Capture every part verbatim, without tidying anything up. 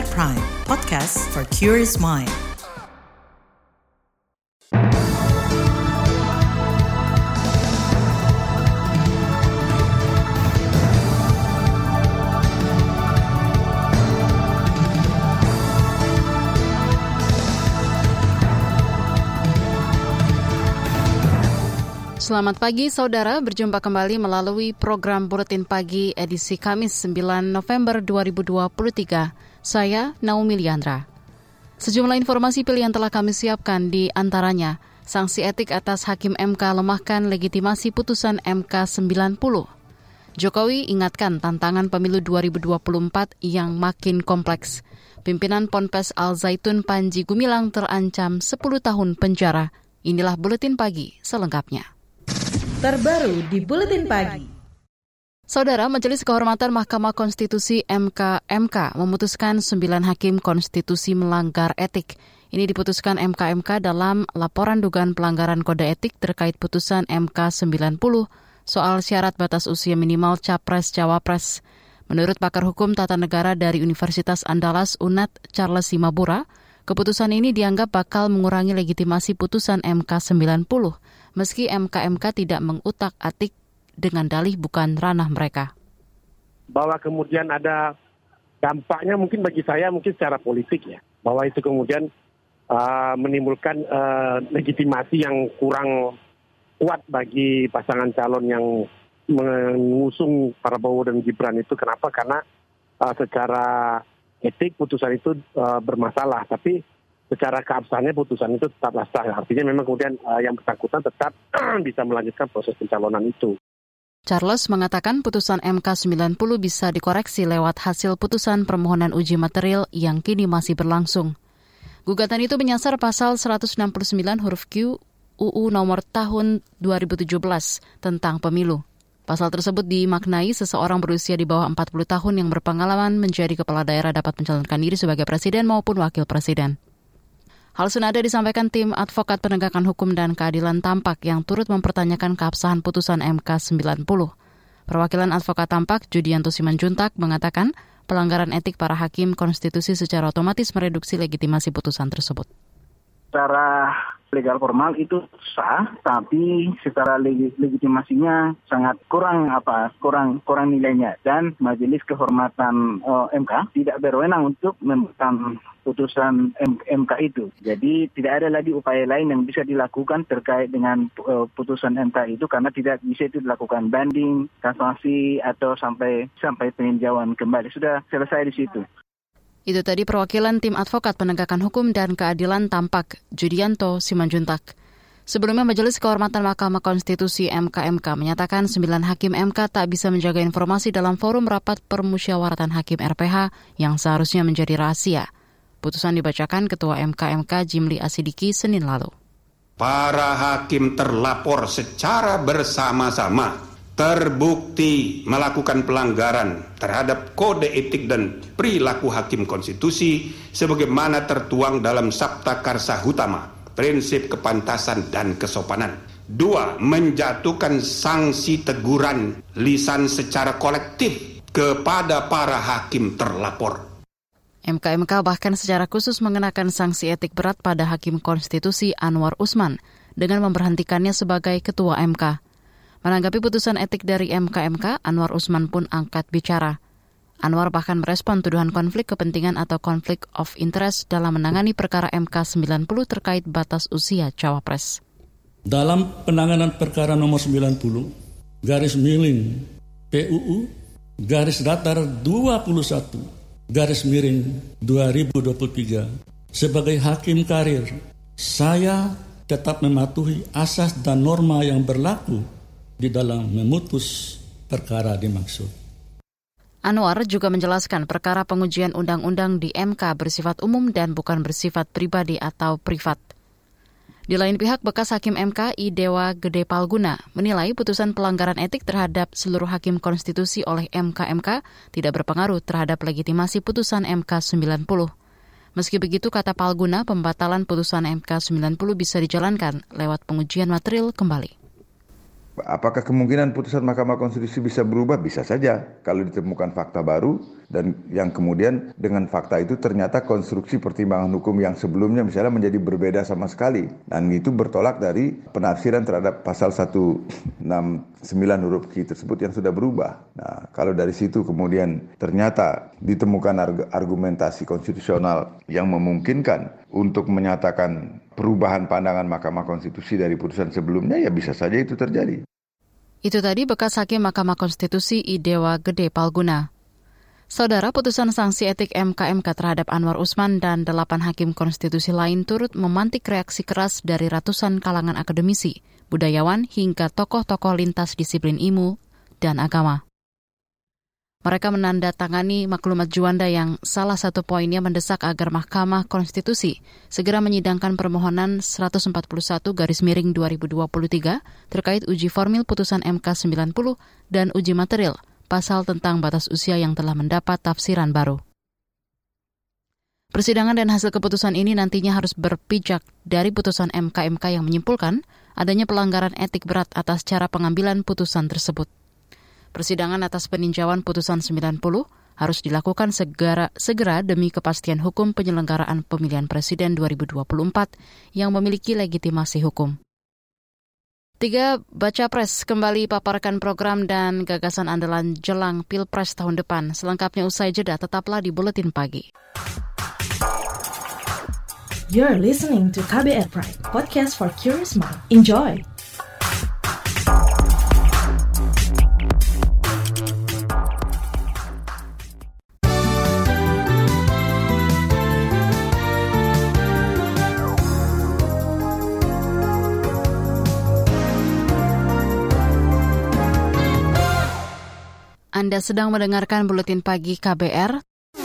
Smart Prime, podcast for curious mind. Selamat pagi saudara, berjumpa kembali melalui program Buletin Pagi edisi Kamis sembilan November dua ribu dua puluh tiga. Saya Naomi Liandra. Sejumlah informasi pilihan telah kami siapkan, di antaranya sanksi etik atas Hakim M K lemahkan legitimasi putusan M K sembilan puluh. Jokowi ingatkan tantangan pemilu dua ribu dua puluh empat yang makin kompleks. Pimpinan Ponpes Al Zaitun Panji Gumilang terancam sepuluh tahun penjara. Inilah Buletin Pagi selengkapnya. Terbaru di Buletin Pagi. Saudara, Majelis Kehormatan Mahkamah Konstitusi M K M K memutuskan sembilan hakim konstitusi melanggar etik. Ini diputuskan M K M K dalam laporan dugaan pelanggaran kode etik terkait putusan M K sembilan puluh soal syarat batas usia minimal Capres-Cawapres. Menurut pakar hukum tata negara dari Universitas Andalas U N A D Charles Simabura, keputusan ini dianggap bakal mengurangi legitimasi putusan M K sembilan puluh. Meski M K M K tidak mengutak-atik dengan dalih bukan ranah mereka. Bahwa kemudian ada dampaknya mungkin bagi saya mungkin secara politik ya. Bahwa itu kemudian uh, menimbulkan uh, legitimasi yang kurang kuat bagi pasangan calon yang mengusung Prabowo dan Gibran itu. Kenapa? Karena uh, secara etik putusan itu uh, bermasalah. Tapi secara keabsahannya putusan itu tetaplah sah. Artinya memang kemudian uh, yang bersangkutan tetap bisa melanjutkan proses pencalonan itu. Charles mengatakan putusan M K sembilan puluh bisa dikoreksi lewat hasil putusan permohonan uji material yang kini masih berlangsung. Gugatan itu menyasar pasal seratus enam puluh sembilan huruf Q U U nomor tahun dua ribu tujuh belas tentang pemilu. Pasal tersebut dimaknai seseorang berusia di bawah empat puluh tahun yang berpengalaman menjadi kepala daerah dapat mencalonkan diri sebagai presiden maupun wakil presiden. Hal senada disampaikan tim advokat penegakan hukum dan keadilan Tampak yang turut mempertanyakan keabsahan putusan M K sembilan puluh. Perwakilan advokat Tampak, Judianto Simanjuntak, mengatakan pelanggaran etik para hakim konstitusi secara otomatis mereduksi legitimasi putusan tersebut. Secara legal formal itu sah, tapi secara leg- legitimasinya sangat kurang apa kurang kurang nilainya, dan Majelis Kehormatan uh, M K tidak berwenang untuk memberikan putusan M- MK itu. Jadi tidak ada lagi upaya lain yang bisa dilakukan terkait dengan uh, putusan M K itu, karena tidak bisa itu dilakukan banding, kasasi atau sampai sampai peninjauan kembali. Sudah selesai di situ. Itu tadi perwakilan tim advokat penegakan hukum dan keadilan Tampak, Judianto Simanjuntak. Sebelumnya Majelis Kehormatan Mahkamah Konstitusi M K M K menyatakan sembilan hakim M K tak bisa menjaga informasi dalam forum rapat permusyawaratan hakim R P H yang seharusnya menjadi rahasia. Putusan dibacakan Ketua M K M K Jimli Asidiki Senin lalu. Para hakim terlapor secara bersama-sama terbukti melakukan pelanggaran terhadap kode etik dan perilaku hakim konstitusi sebagaimana tertuang dalam Sabta Karsa Hutama, prinsip kepantasan dan kesopanan. Dua, menjatuhkan sanksi teguran lisan secara kolektif kepada para hakim terlapor. M K M K bahkan secara khusus mengenakan sanksi etik berat pada Hakim Konstitusi Anwar Usman dengan memberhentikannya sebagai Ketua M K. Menanggapi putusan etik dari M K M K, Anwar Usman pun angkat bicara. Anwar bahkan merespon tuduhan konflik kepentingan atau konflik of interest dalam menangani perkara M K sembilan puluh terkait batas usia Cawapres. Dalam penanganan perkara nomor sembilan puluh, garis miring P U U, garis datar dua puluh satu, garis miring dua ribu dua puluh tiga, sebagai hakim karir, saya tetap mematuhi asas dan norma yang berlaku di dalam memutus perkara dimaksud. Anwar juga menjelaskan perkara pengujian undang-undang di M K bersifat umum dan bukan bersifat pribadi atau privat. Di lain pihak, bekas Hakim M K I Dewa Gede Palguna menilai putusan pelanggaran etik terhadap seluruh hakim konstitusi oleh M K M K tidak berpengaruh terhadap legitimasi putusan M K sembilan puluh. Meski begitu, kata Palguna, pembatalan putusan M K sembilan puluh bisa dijalankan lewat pengujian material kembali. Apakah kemungkinan putusan Mahkamah Konstitusi bisa berubah? Bisa saja kalau ditemukan fakta baru Dan yang kemudian dengan fakta itu ternyata konstruksi pertimbangan hukum yang sebelumnya misalnya menjadi berbeda sama sekali. Dan itu bertolak dari penafsiran terhadap pasal seratus enam puluh sembilan huruf Q tersebut yang sudah berubah. Nah, kalau dari situ kemudian ternyata ditemukan arg- argumentasi konstitusional yang memungkinkan untuk menyatakan perubahan pandangan Mahkamah Konstitusi dari putusan sebelumnya, ya bisa saja itu terjadi. Itu tadi bekas Hakim Mahkamah Konstitusi Idewa Gede Palguna. Saudara, putusan sanksi etik M K M K terhadap Anwar Usman dan delapan hakim konstitusi lain turut memantik reaksi keras dari ratusan kalangan akademisi, budayawan, hingga tokoh-tokoh lintas disiplin ilmu dan agama. Mereka menandatangani maklumat Juanda yang salah satu poinnya mendesak agar Mahkamah Konstitusi segera menyidangkan permohonan seratus empat puluh satu garis miring dua ribu dua puluh tiga terkait uji formil putusan M K sembilan puluh dan uji material pasal tentang batas usia yang telah mendapat tafsiran baru. Persidangan dan hasil keputusan ini nantinya harus berpijak dari putusan M K M K yang menyimpulkan adanya pelanggaran etik berat atas cara pengambilan putusan tersebut. Persidangan atas peninjauan putusan sembilan puluh harus dilakukan segera, segera demi kepastian hukum penyelenggaraan pemilihan presiden dua ribu dua puluh empat yang memiliki legitimasi hukum. Tiga Baca Pres kembali paparkan program dan gagasan andalan jelang Pilpres tahun depan. Selengkapnya usai jeda, tetaplah di Buletin Pagi. You're listening to K B R Prime, podcast for curious mind. Enjoy! Anda sedang mendengarkan Buletin Pagi K B R.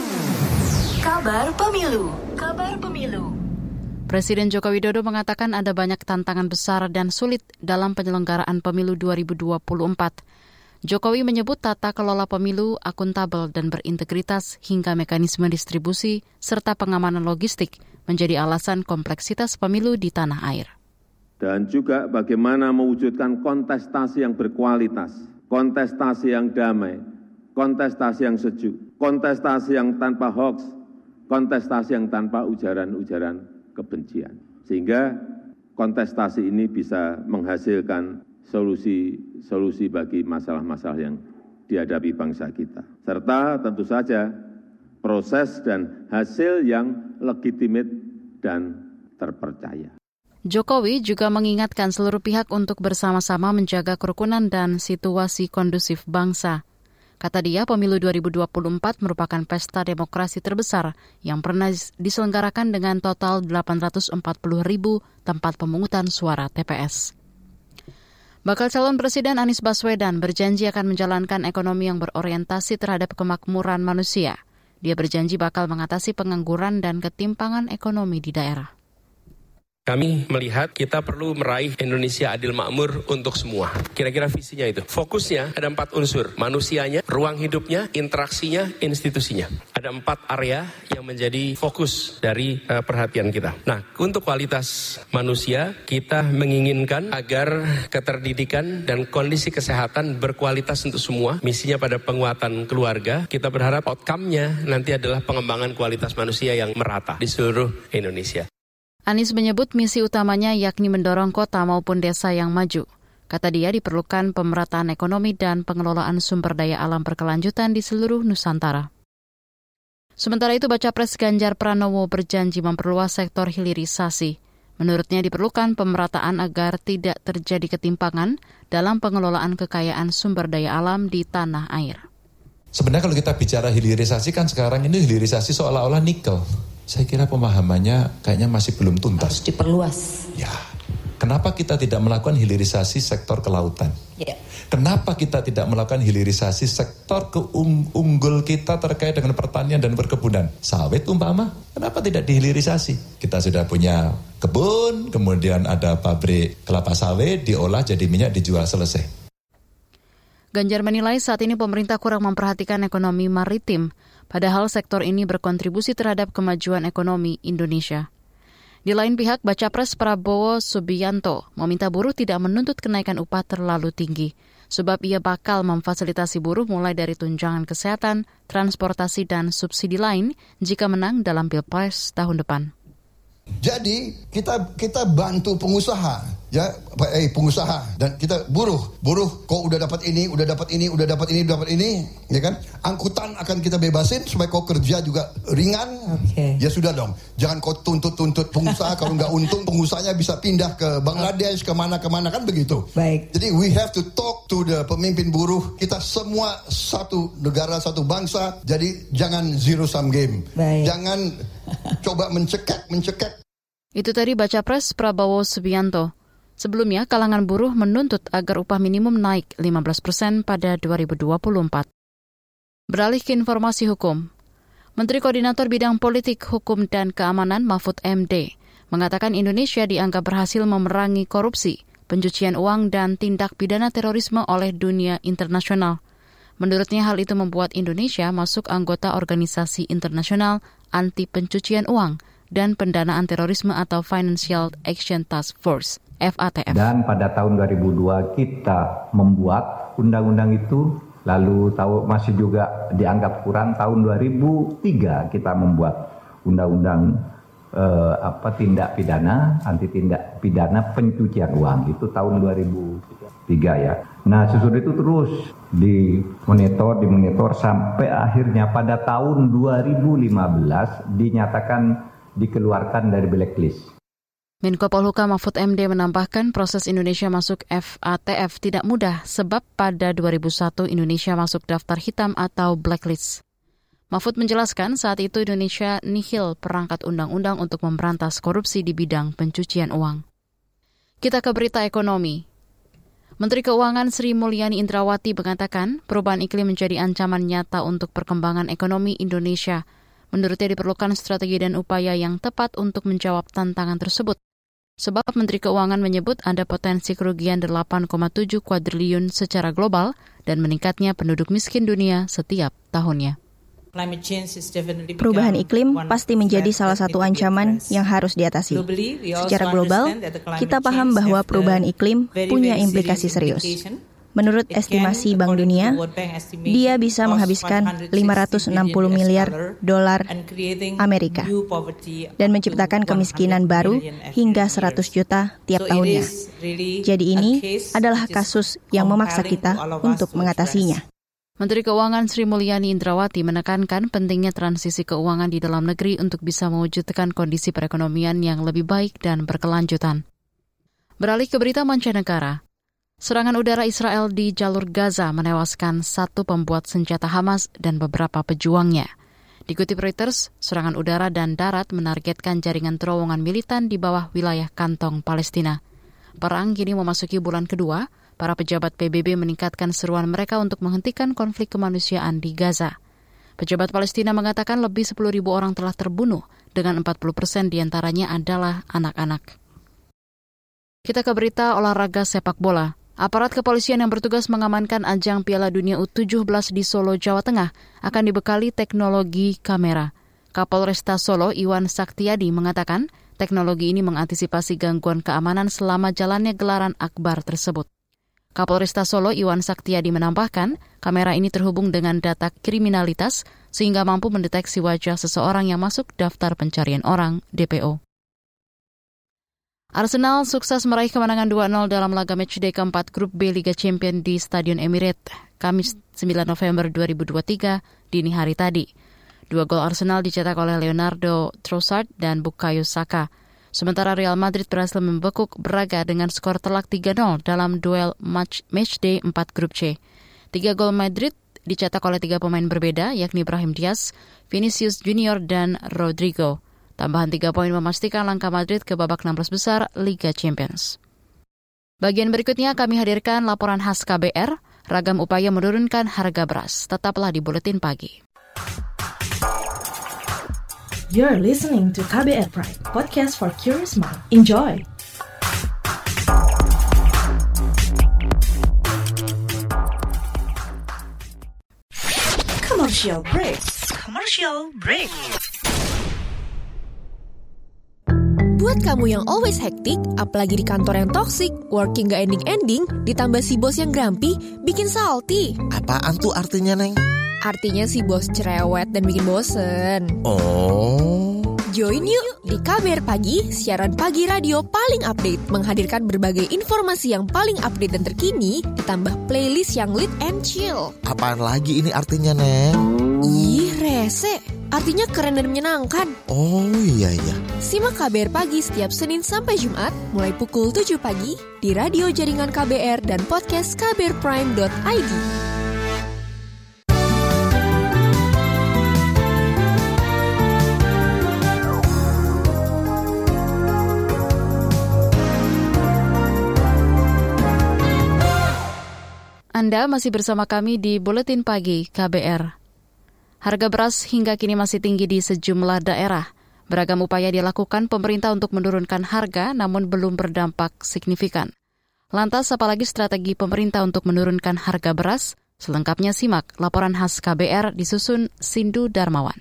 Kabar Pemilu. Kabar Pemilu. Presiden Joko Widodo mengatakan ada banyak tantangan besar dan sulit dalam penyelenggaraan pemilu dua ribu dua puluh empat. Jokowi menyebut tata kelola pemilu akuntabel dan berintegritas hingga mekanisme distribusi serta pengamanan logistik menjadi alasan kompleksitas pemilu di tanah air. Dan juga bagaimana mewujudkan kontestasi yang berkualitas, kontestasi yang damai, kontestasi yang sejuk, kontestasi yang tanpa hoaks, kontestasi yang tanpa ujaran-ujaran kebencian. Sehingga kontestasi ini bisa menghasilkan solusi-solusi bagi masalah-masalah yang dihadapi bangsa kita. Serta tentu saja proses dan hasil yang legitimate dan terpercaya. Jokowi juga mengingatkan seluruh pihak untuk bersama-sama menjaga kerukunan dan situasi kondusif bangsa. Kata dia, pemilu dua ribu dua puluh empat merupakan pesta demokrasi terbesar yang pernah diselenggarakan dengan total delapan ratus empat puluh ribu tempat pemungutan suara T P S. Bakal calon Presiden Anies Baswedan berjanji akan menjalankan ekonomi yang berorientasi terhadap kemakmuran manusia. Dia berjanji bakal mengatasi pengangguran dan ketimpangan ekonomi di daerah. Kami melihat kita perlu meraih Indonesia adil makmur untuk semua. Kira-kira visinya itu. Fokusnya ada empat unsur. Manusianya, ruang hidupnya, interaksinya, institusinya. Ada empat area yang menjadi fokus dari uh, perhatian kita. Nah, untuk kualitas manusia, kita menginginkan agar keterdidikan dan kondisi kesehatan berkualitas untuk semua. Misinya pada penguatan keluarga. Kita berharap outcome-nya nanti adalah pengembangan kualitas manusia yang merata di seluruh Indonesia. Anies menyebut misi utamanya yakni mendorong kota maupun desa yang maju. Kata dia diperlukan pemerataan ekonomi dan pengelolaan sumber daya alam berkelanjutan di seluruh Nusantara. Sementara itu, Baca Pres Ganjar Pranowo berjanji memperluas sektor hilirisasi. Menurutnya diperlukan pemerataan agar tidak terjadi ketimpangan dalam pengelolaan kekayaan sumber daya alam di tanah air. Sebenarnya kalau kita bicara hilirisasi kan sekarang ini hilirisasi seolah-olah nikel. Saya kira pemahamannya kayaknya masih belum tuntas. Harus diperluas. Ya, kenapa kita tidak melakukan hilirisasi sektor kelautan? Ya. Kenapa kita tidak melakukan hilirisasi sektor keunggul kita terkait dengan pertanian dan perkebunan? Sawit umpama, kenapa tidak dihilirisasi? Kita sudah punya kebun, kemudian ada pabrik kelapa sawit, diolah jadi minyak, dijual, selesai. Ganjar menilai saat ini pemerintah kurang memperhatikan ekonomi maritim, padahal sektor ini berkontribusi terhadap kemajuan ekonomi Indonesia. Di lain pihak, Baca Pres Prabowo Subianto meminta buruh tidak menuntut kenaikan upah terlalu tinggi. sebab ia bakal memfasilitasi buruh mulai dari tunjangan kesehatan, transportasi, dan subsidi lain jika menang dalam Pilpres tahun depan. Jadi kita kita bantu pengusaha, ya, eh pengusaha dan kita buruh, buruh. Kau udah dapat ini, udah dapat ini, udah dapat ini, udah dapat ini, ya kan? Angkutan akan kita bebasin supaya kau kerja juga ringan. Okay. Ya sudah dong, jangan kau tuntut-tuntut pengusaha kalau nggak untung pengusahanya bisa pindah ke Bangladesh, kemana-kemana kan begitu. Baik. Jadi we have to talk to the pemimpin buruh. Kita semua satu negara, satu bangsa. Jadi jangan zero sum game. Baik. Jangan coba mencekek, mencekek. Itu tadi baca pres Prabowo Subianto. Sebelumnya, kalangan buruh menuntut agar upah minimum naik lima belas persen pada dua ribu dua puluh empat. Beralih ke informasi hukum. Menteri Koordinator Bidang Politik, Hukum, dan Keamanan Mahfud M D mengatakan Indonesia dianggap berhasil memerangi korupsi, pencucian uang, dan tindak pidana terorisme oleh dunia internasional. Menurutnya hal itu membuat Indonesia masuk anggota Organisasi Internasional Anti Pencucian Uang dan Pendanaan Terorisme atau Financial Action Task Force, F A T F. Dan pada tahun dua ribu dua kita membuat undang-undang itu, lalu tahu masih juga dianggap kurang. Tahun dua ribu tiga kita membuat undang-undang eh, apa tindak pidana, anti tindak pidana pencucian uang. Itu tahun dua ribu tiga ya. Nah, sesudah itu terus dimonitor, dimonitor sampai akhirnya pada tahun dua ribu lima belas dinyatakan dikeluarkan dari blacklist. Menko Polhukam Mahfud M D menambahkan proses Indonesia masuk F A T F tidak mudah sebab pada dua ribu satu Indonesia masuk daftar hitam atau blacklist. Mahfud menjelaskan saat itu Indonesia nihil perangkat undang-undang untuk memberantas korupsi di bidang pencucian uang. Kita ke berita ekonomi. Menteri Keuangan Sri Mulyani Indrawati mengatakan perubahan iklim menjadi ancaman nyata untuk perkembangan ekonomi Indonesia. Menurutnya diperlukan strategi dan upaya yang tepat untuk menjawab tantangan tersebut. Sebab Menteri Keuangan menyebut ada potensi kerugian delapan koma tujuh kuadriliun secara global dan meningkatnya penduduk miskin dunia setiap tahunnya. Perubahan iklim pasti menjadi salah satu ancaman yang harus diatasi. Secara global, kita paham bahwa perubahan iklim punya implikasi serius. Menurut estimasi Bank Dunia, dia bisa menghabiskan lima ratus enam puluh miliar dolar Amerika dan menciptakan kemiskinan baru hingga seratus juta tiap tahunnya. Jadi ini adalah kasus yang memaksa kita untuk mengatasinya. Menteri Keuangan Sri Mulyani Indrawati menekankan pentingnya transisi keuangan di dalam negeri untuk bisa mewujudkan kondisi perekonomian yang lebih baik dan berkelanjutan. Beralih ke berita mancanegara. Serangan udara Israel di jalur Gaza menewaskan satu pembuat senjata Hamas dan beberapa pejuangnya. Dikutip Reuters, serangan udara dan darat menargetkan jaringan terowongan militan di bawah wilayah kantong Palestina. Perang kini memasuki bulan kedua, para pejabat P B B meningkatkan seruan mereka untuk menghentikan konflik kemanusiaan di Gaza. Pejabat Palestina mengatakan lebih sepuluh ribu orang telah terbunuh, dengan empat puluh persen diantaranya adalah anak-anak. Kita ke berita olahraga sepak bola. Aparat kepolisian yang bertugas mengamankan ajang Piala Dunia U tujuh belas di Solo, Jawa Tengah akan dibekali teknologi kamera. Kapolresta Solo, Iwan Saktiadi, mengatakan teknologi ini mengantisipasi gangguan keamanan selama jalannya gelaran akbar tersebut. Kapolresta Solo, Iwan Saktiadi, menambahkan kamera ini terhubung dengan data kriminalitas sehingga mampu mendeteksi wajah seseorang yang masuk daftar pencarian orang D P O. Arsenal sukses meraih kemenangan dua nol dalam laga matchday keempat Grup B Liga Champions di Stadion Emirates, Kamis sembilan November dua ribu dua puluh tiga, dini hari tadi. Dua gol Arsenal dicetak oleh Leonardo Trossard dan Bukayo Saka. Sementara Real Madrid berhasil membekuk Braga dengan skor telak tiga nol dalam duel match matchday empat Grup C. Tiga gol Madrid dicetak oleh tiga pemain berbeda, yakni Brahim Diaz, Vinicius Junior, dan Rodrigo. Tambahan tiga poin memastikan langkah Madrid ke babak enam belas besar Liga Champions. Bagian berikutnya kami hadirkan laporan khas K B R, ragam upaya menurunkan harga beras. Tetaplah di Buletin Pagi. You're listening to K B R Pride, podcast for curious mind. Enjoy! Commercial break. Commercial break. Buat kamu yang always hektik, apalagi di kantor yang toksik, working gak ending-ending, ditambah si bos yang grumpy, bikin salty. Apaan tuh artinya, Neng? Artinya si bos cerewet dan bikin bosen. Oh. Join yuk di K B R Pagi, siaran pagi radio paling update, menghadirkan berbagai informasi yang paling update dan terkini, ditambah playlist yang lit and chill. Apaan lagi ini artinya, Neng? Ih, rese. Artinya keren dan menyenangkan. Oh iya iya. Simak K B R Pagi setiap Senin sampai Jumat, mulai pukul tujuh pagi, di radio jaringan K B R dan podcast k b r prime dot i d. Anda masih bersama kami di Buletin Pagi K B R. Harga beras hingga kini masih tinggi di sejumlah daerah. Beragam upaya dilakukan pemerintah untuk menurunkan harga, namun belum berdampak signifikan. Lantas, apalagi strategi pemerintah untuk menurunkan harga beras? Selengkapnya simak laporan khas K B R disusun Sindu Darmawan.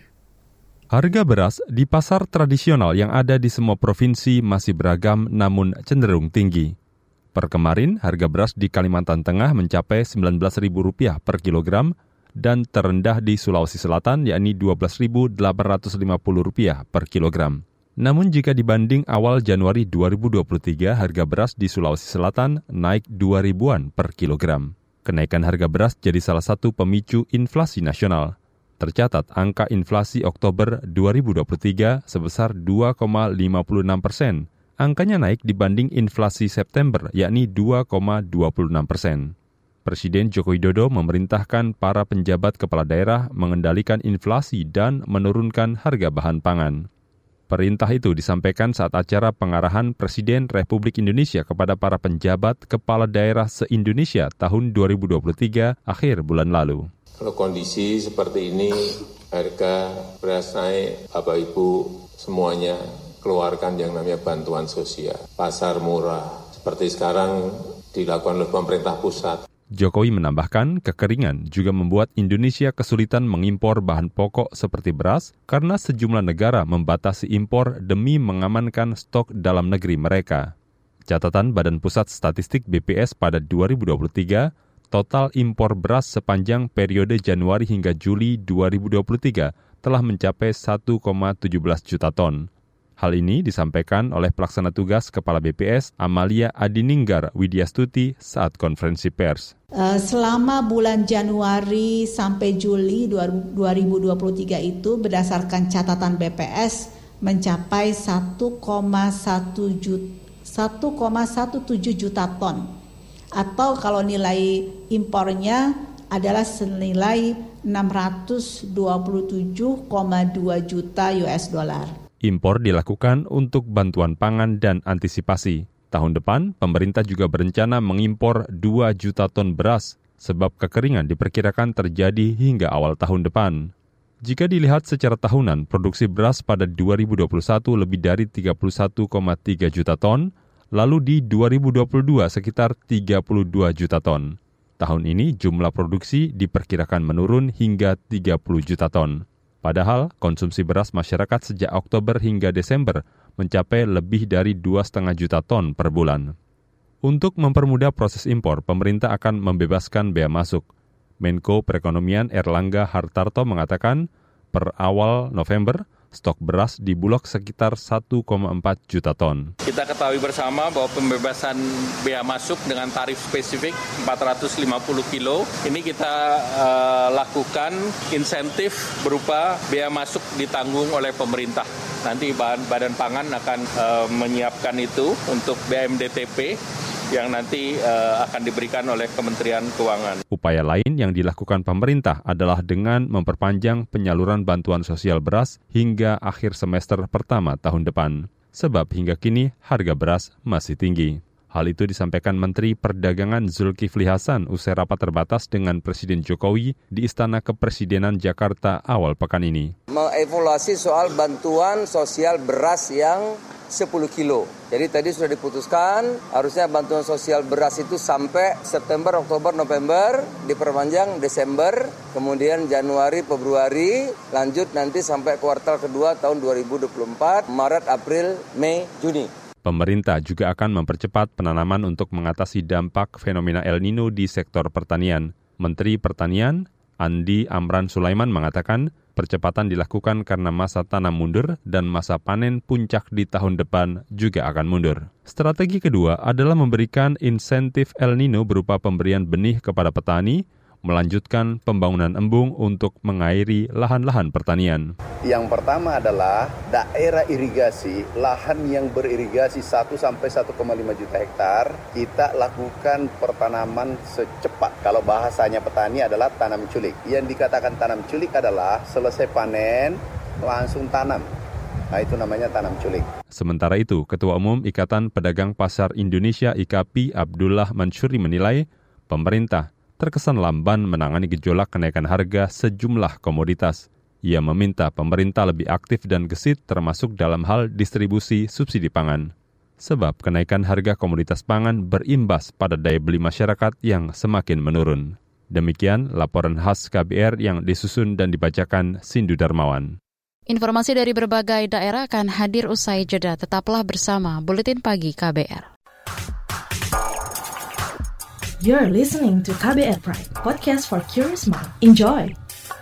Harga beras di pasar tradisional yang ada di semua provinsi masih beragam namun cenderung tinggi. Per kemarin, harga beras di Kalimantan Tengah mencapai sembilan belas ribu rupiah per kilogram dan terendah di Sulawesi Selatan yakni dua belas ribu delapan ratus lima puluh rupiah per kilogram. Namun jika dibanding awal Januari dua ribu dua puluh tiga, harga beras di Sulawesi Selatan naik dua ribuan per kilogram. Kenaikan harga beras jadi salah satu pemicu inflasi nasional. Tercatat angka inflasi Oktober dua ribu dua puluh tiga sebesar dua koma lima puluh enam persen. Angkanya naik dibanding inflasi September, yakni dua koma dua puluh enam persen. Presiden Joko Widodo memerintahkan para penjabat kepala daerah mengendalikan inflasi dan menurunkan harga bahan pangan. Perintah itu disampaikan saat acara pengarahan Presiden Republik Indonesia kepada para penjabat kepala daerah se-Indonesia tahun dua ribu dua puluh tiga akhir bulan lalu. Kalau kondisi seperti ini, harga beras naik, Bapak Ibu semuanya keluarkan yang namanya bantuan sosial, pasar murah, seperti sekarang dilakukan oleh pemerintah pusat. Jokowi menambahkan, kekeringan juga membuat Indonesia kesulitan mengimpor bahan pokok seperti beras karena sejumlah negara membatasi impor demi mengamankan stok dalam negeri mereka. Catatan Badan Pusat Statistik B P S pada dua ribu dua puluh tiga, total impor beras sepanjang periode Januari hingga Juli dua ribu dua puluh tiga telah mencapai satu koma satu tujuh juta ton. Hal ini disampaikan oleh Pelaksana Tugas Kepala B P S Amalia Adininggar Widyastuti saat konferensi pers. Selama bulan Januari sampai Juli dua ribu dua puluh tiga itu berdasarkan catatan B P S mencapai satu koma satu tujuh juta ton. Atau kalau nilai impornya adalah senilai enam ratus dua puluh tujuh koma dua juta U S dollar. Impor dilakukan untuk bantuan pangan dan antisipasi. Tahun depan, pemerintah juga berencana mengimpor dua juta ton beras, sebab kekeringan diperkirakan terjadi hingga awal tahun depan. Jika dilihat secara tahunan, produksi beras pada dua ribu dua puluh satu lebih dari tiga puluh satu koma tiga juta ton, lalu di dua ribu dua puluh dua sekitar tiga puluh dua juta ton. Tahun ini jumlah produksi diperkirakan menurun hingga tiga puluh juta ton. Padahal, konsumsi beras masyarakat sejak Oktober hingga Desember mencapai lebih dari dua koma lima juta ton per bulan. Untuk mempermudah proses impor, pemerintah akan membebaskan bea masuk. Menko Perekonomian Erlangga Hartarto mengatakan, per awal November, stok beras di Bulog sekitar satu koma empat juta ton. Kita ketahui bersama bahwa pembebasan bea masuk dengan tarif spesifik empat ratus lima puluh kilo, ini kita uh, lakukan insentif berupa bea masuk ditanggung oleh pemerintah. Nanti Badan Pangan akan uh, menyiapkan itu untuk B M D T P yang nanti uh, akan diberikan oleh Kementerian Keuangan. Upaya lain yang dilakukan pemerintah adalah dengan memperpanjang penyaluran bantuan sosial beras hingga akhir semester pertama tahun depan. Sebab hingga kini harga beras masih tinggi. Hal itu disampaikan Menteri Perdagangan Zulkifli Hasan usai rapat terbatas dengan Presiden Jokowi di Istana Kepresidenan Jakarta awal pekan ini. Mengevaluasi soal bantuan sosial beras yang sepuluh kilo. Jadi tadi sudah diputuskan harusnya bantuan sosial beras itu sampai September, Oktober, November, diperpanjang Desember, kemudian Januari, Februari, lanjut nanti sampai kuartal kedua tahun dua ribu dua puluh empat, Maret, April, Mei, Juni. Pemerintah juga akan mempercepat penanaman untuk mengatasi dampak fenomena El Nino di sektor pertanian. Menteri Pertanian Andi Amran Sulaiman mengatakan percepatan dilakukan karena masa tanam mundur dan masa panen puncak di tahun depan juga akan mundur. Strategi kedua adalah memberikan insentif El Nino berupa pemberian benih kepada petani, melanjutkan pembangunan embung untuk mengairi lahan-lahan pertanian. Yang pertama adalah daerah irigasi, lahan yang beririgasi satu sampai satu koma lima juta hektar, kita lakukan pertanaman secepat. Kalau bahasanya petani adalah tanam culik. Yang dikatakan tanam culik adalah selesai panen, langsung tanam. Nah, itu namanya tanam culik. Sementara itu, Ketua Umum Ikatan Pedagang Pasar Indonesia I K A P I Abdullah Mansuri menilai pemerintah terkesan lamban menangani gejolak kenaikan harga sejumlah komoditas. Ia meminta pemerintah lebih aktif dan gesit termasuk dalam hal distribusi subsidi pangan. Sebab kenaikan harga komoditas pangan berimbas pada daya beli masyarakat yang semakin menurun. Demikian laporan khas K B R yang disusun dan dibacakan Sindu Darmawan. Informasi dari berbagai daerah akan hadir usai jeda. Tetaplah bersama Buletin Pagi K B R. You're listening to K B R Pride, podcast for curious mind. Enjoy!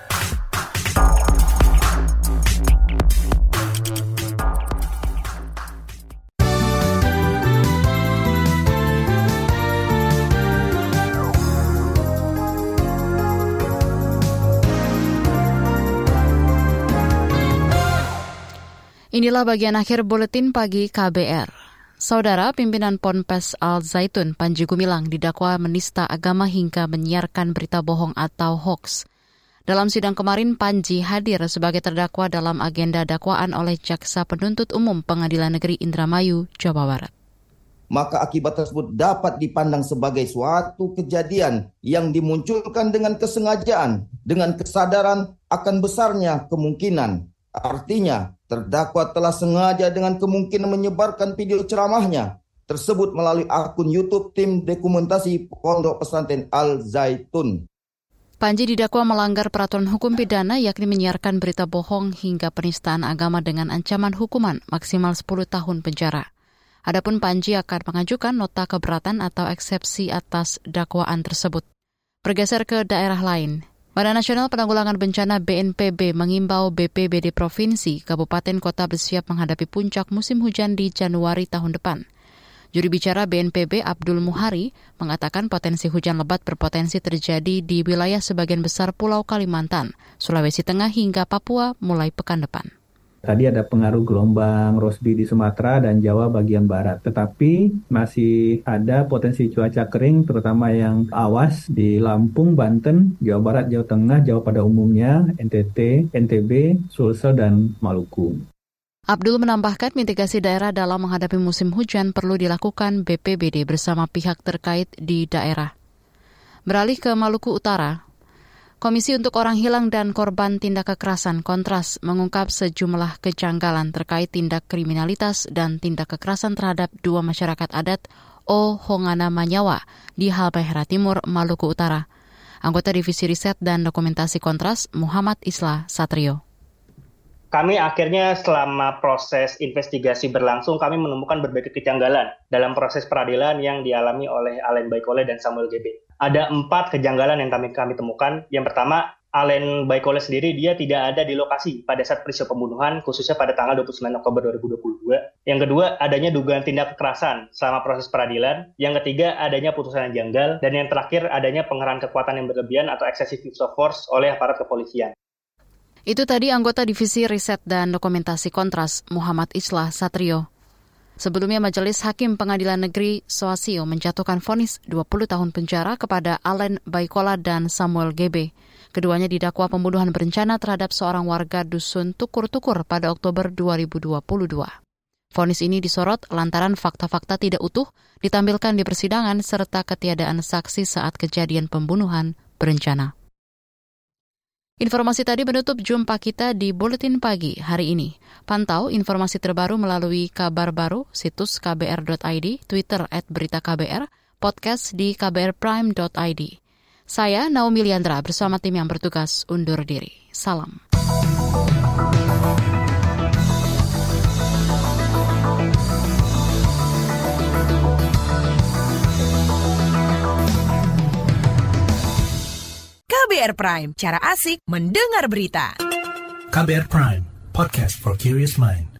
Inilah bagian akhir Buletin Pagi K B R. Saudara pimpinan Ponpes Al Zaitun Panji Gumilang didakwa menista agama hingga menyiarkan berita bohong atau hoax. Dalam sidang kemarin, Panji hadir sebagai terdakwa dalam agenda dakwaan oleh Jaksa Penuntut Umum Pengadilan Negeri Indramayu, Jawa Barat. Maka akibat tersebut dapat dipandang sebagai suatu kejadian yang dimunculkan dengan kesengajaan, dengan kesadaran akan besarnya kemungkinan. Artinya, terdakwa telah sengaja dengan kemungkinan menyebarkan video ceramahnya tersebut melalui akun YouTube Tim Dokumentasi Pondok Pesantren Al Zaitun. Panji didakwa melanggar peraturan hukum pidana yakni menyiarkan berita bohong hingga penistaan agama dengan ancaman hukuman maksimal sepuluh tahun penjara. Adapun Panji akan mengajukan nota keberatan atau eksepsi atas dakwaan tersebut. Bergeser ke daerah lain. Badan Nasional Penanggulangan Bencana B N P B mengimbau B P B D Provinsi, Kabupaten Kota bersiap menghadapi puncak musim hujan di Januari tahun depan. Juru bicara B N P B Abdul Muhari mengatakan potensi hujan lebat berpotensi terjadi di wilayah sebagian besar Pulau Kalimantan, Sulawesi Tengah hingga Papua mulai pekan depan. Tadi ada pengaruh gelombang Rossby di Sumatera dan Jawa bagian barat. Tetapi masih ada potensi cuaca kering, terutama yang awas di Lampung, Banten, Jawa Barat, Jawa Tengah, Jawa pada umumnya, N T T, N T B, Sulsel, dan Maluku. Abdul menambahkan mitigasi daerah dalam menghadapi musim hujan perlu dilakukan B P B D bersama pihak terkait di daerah. Beralih ke Maluku Utara, Komisi untuk Orang Hilang dan Korban Tindak Kekerasan Kontras mengungkap sejumlah kejanggalan terkait tindak kriminalitas dan tindak kekerasan terhadap dua masyarakat adat O Hongana Manyawa di Halmahera Timur, Maluku Utara. Anggota Divisi Riset dan Dokumentasi Kontras, Muhammad Islah Satrio. Kami akhirnya selama proses investigasi berlangsung, kami menemukan berbagai kejanggalan dalam proses peradilan yang dialami oleh Alen Baikole dan Samuel G B. Ada empat kejanggalan yang kami, kami temukan. Yang pertama, Alen Baikole sendiri dia tidak ada di lokasi pada saat peristiwa pembunuhan, khususnya pada tanggal dua puluh sembilan Oktober dua ribu dua puluh dua. Yang kedua, adanya dugaan tindak kekerasan selama proses peradilan. Yang ketiga, adanya putusan yang janggal. Dan yang terakhir, adanya pengerahan kekuatan yang berlebihan atau excessive use of force oleh aparat kepolisian. Itu tadi anggota Divisi Riset dan Dokumentasi Kontras, Muhammad Islah Satrio. Sebelumnya Majelis Hakim Pengadilan Negeri Soasio menjatuhkan vonis dua puluh tahun penjara kepada Alen Baikola dan Samuel G B. Keduanya didakwa pembunuhan berencana terhadap seorang warga dusun Tukur-Tukur pada Oktober dua ribu dua puluh dua. Vonis ini disorot lantaran fakta-fakta tidak utuh ditampilkan di persidangan serta ketiadaan saksi saat kejadian pembunuhan berencana. Informasi tadi menutup jumpa kita di Buletin Pagi hari ini. Pantau informasi terbaru melalui kabar baru, situs k b r dot i d, Twitter at berita K B R, podcast di k b r prime dot i d. Saya Naomi Liandra bersama tim yang bertugas undur diri. Salam. K B R Prime, cara asik mendengar berita. K B R Prime, podcast for curious mind.